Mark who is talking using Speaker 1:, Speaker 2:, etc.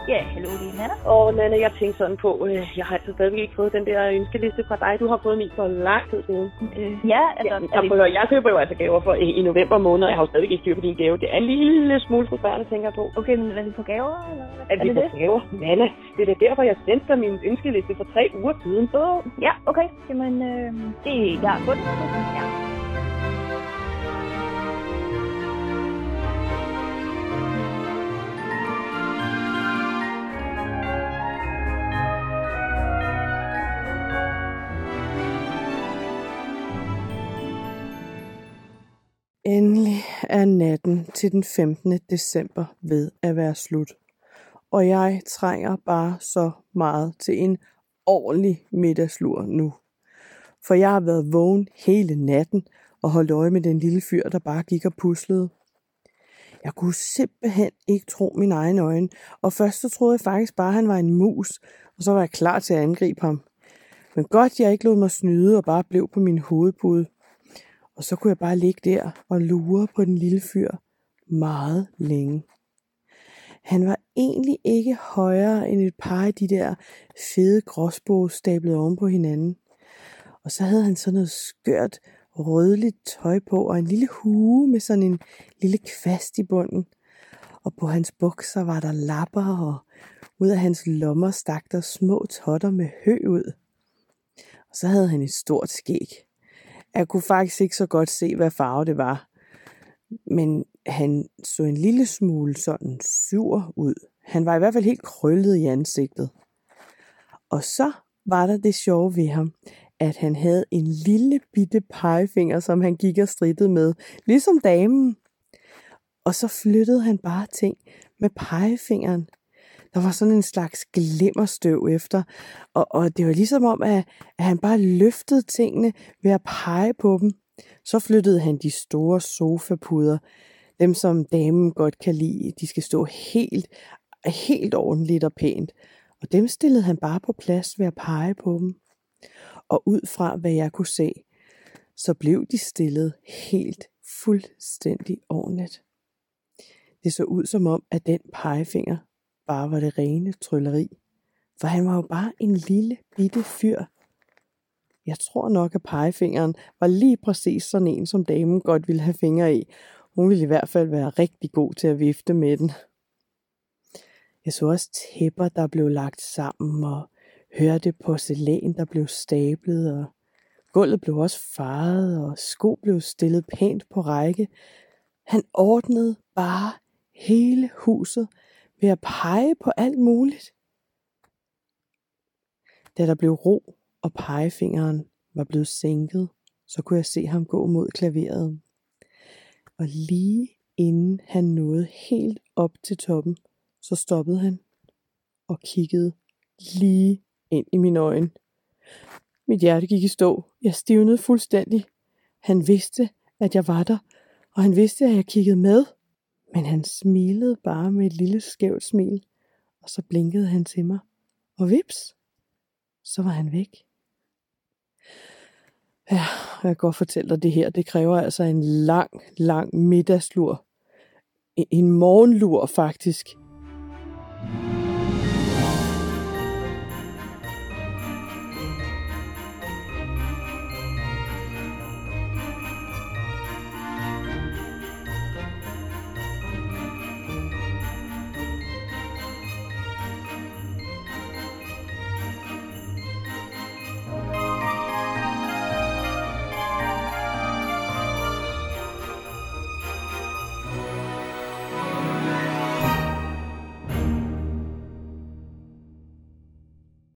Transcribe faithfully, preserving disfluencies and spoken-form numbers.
Speaker 1: Ja, hallo, det er Nana.
Speaker 2: Og Nana, jeg tænkte sådan på, øh, jeg har altså stadigvæk ikke fået den der ønskeliste fra dig. Du har fået min for lang tid siden.
Speaker 1: Øh, ja, altså...
Speaker 2: Ja, jeg, det... jeg køber jo altså gaver for i, i november måned, og jeg har jo stadigvæk ikke styr på din gave. Det er en lille smule frustrerende, tænker jeg på.
Speaker 1: Okay, men er vi på gaver, eller hvad?
Speaker 2: Er, er vi på det? gaver? Nana, det er da derfor, jeg sendte dig min ønskeliste for tre uger siden.
Speaker 1: Oh, ja, okay. Jamen, øh, det er jeg har fundet. Ja.
Speaker 3: Endelig er natten til den femtende december ved at være slut, og jeg trænger bare så meget til en ordentlig middagslur nu. For jeg har været vågen hele natten og holdt øje med den lille fyr, der bare gik og puslede. Jeg kunne simpelthen ikke tro mine egne øjne, og først så troede jeg faktisk bare, at han var en mus, og så var jeg klar til at angribe ham. Men godt, jeg ikke lod mig snyde og bare blev på min hovedpude. Og så kunne jeg bare ligge der og lure på den lille fyr meget længe. Han var egentlig ikke højere end et par af de der fede gråspåge stablet oven på hinanden. Og så havde han sådan noget skørt rødligt tøj på og en lille hue med sådan en lille kvast i bunden. Og på hans bukser var der lapper, og ud af hans lommer stak der små totter med hø ud. Og så havde han et stort skæg. Jeg kunne faktisk ikke så godt se, hvad farve det var. Men han så en lille smule sådan sur ud. Han var i hvert fald helt krøllet i ansigtet. Og så var der det sjove ved ham, at han havde en lille bitte pegefinger, som han gik og strittede med, ligesom damen. Og så flyttede han bare ting med pegefingeren. Der var sådan en slags glimmerstøv efter, og, og det var ligesom om, at, at han bare løftede tingene ved at pege på dem. Så flyttede han de store sofapuder, dem som damen godt kan lide. De skal stå helt, helt ordentligt og pænt. Og dem stillede han bare på plads ved at pege på dem. Og ud fra hvad jeg kunne se, så blev de stillet helt fuldstændig ordentligt. Det så ud som om, at den pegefinger bare var det rene trylleri. For han var jo bare en lille bitte fyr. Jeg tror nok, at pegefingeren var lige præcis sådan en, som damen godt ville have fingre i. Hun ville i hvert fald være rigtig god til at vifte med den. Jeg så også tæpper, der blev lagt sammen, og hørte porcelæn, der blev stablet, og gulvet blev også farvet, og sko blev stillet pænt på række. Han ordnede bare hele huset ved at pege på alt muligt. Da der blev ro, og pegefingeren var blevet sænket, så kunne jeg se ham gå mod klaveret. Og lige inden han nåede helt op til toppen, så stoppede han og kiggede lige ind i mine øjne. Mit hjerte gik i stå. Jeg stivnede fuldstændig. Han vidste, at jeg var der, og han vidste, at jeg kiggede med. Men han smilede bare med et lille skævt smil, og så blinkede han til mig. Og vips, så var han væk. Ja, jeg kan godt fortælle dig det her. Det kræver altså en lang, lang middagslur. En morgenlur faktisk.